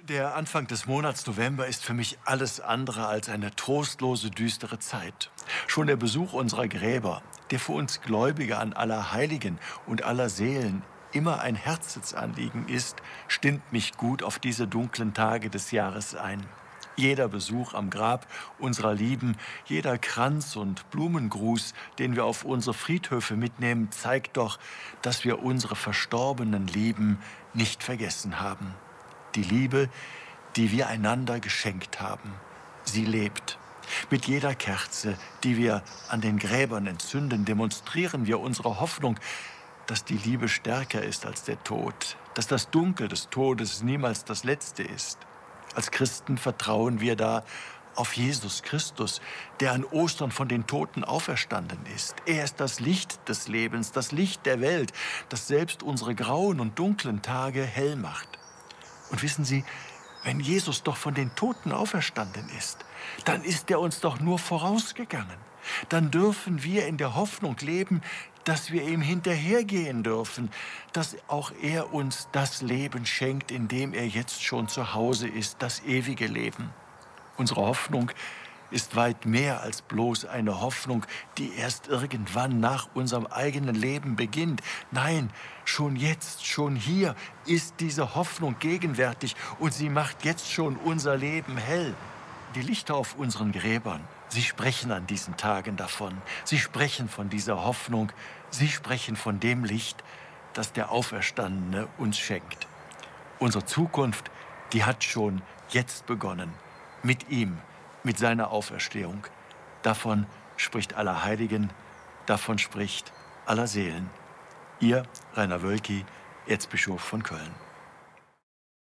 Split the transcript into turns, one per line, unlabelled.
Der Anfang des Monats November ist für mich alles andere als eine trostlose, düstere Zeit. Schon der Besuch unserer Gräber, der für uns Gläubige an aller Heiligen und aller Seelen immer ein Herzensanliegen ist, stimmt mich gut auf diese dunklen Tage des Jahres ein. Jeder Besuch am Grab unserer Lieben, jeder Kranz und Blumengruß, den wir auf unsere Friedhöfe mitnehmen, zeigt doch, dass wir unsere verstorbenen Lieben nicht vergessen haben. Die Liebe, die wir einander geschenkt haben, sie lebt. Mit jeder Kerze, die wir an den Gräbern entzünden, demonstrieren wir unsere Hoffnung, dass die Liebe stärker ist als der Tod, dass das Dunkel des Todes niemals das Letzte ist. Als Christen vertrauen wir da auf Jesus Christus, der an Ostern von den Toten auferstanden ist. Er ist das Licht des Lebens, das Licht der Welt, das selbst unsere grauen und dunklen Tage hell macht. Und wissen Sie, wenn Jesus doch von den Toten auferstanden ist, dann ist er uns doch nur vorausgegangen. Dann dürfen wir in der Hoffnung leben, dass wir ihm hinterhergehen dürfen, dass auch er uns das Leben schenkt, in dem er jetzt schon zu Hause ist, das ewige Leben. Unsere Hoffnung ist weit mehr als bloß eine Hoffnung, die erst irgendwann nach unserem eigenen Leben beginnt. Nein, schon jetzt, schon hier ist diese Hoffnung gegenwärtig und sie macht jetzt schon unser Leben hell. Die Lichter auf unseren Gräbern, sie sprechen an diesen Tagen davon. Sie sprechen von dieser Hoffnung. Sie sprechen von dem Licht, das der Auferstandene uns schenkt. Unsere Zukunft, die hat schon jetzt begonnen. Mit ihm, mit seiner Auferstehung. Davon spricht aller Heiligen, davon spricht aller Seelen. Ihr, Rainer Wölki, Erzbischof von Köln.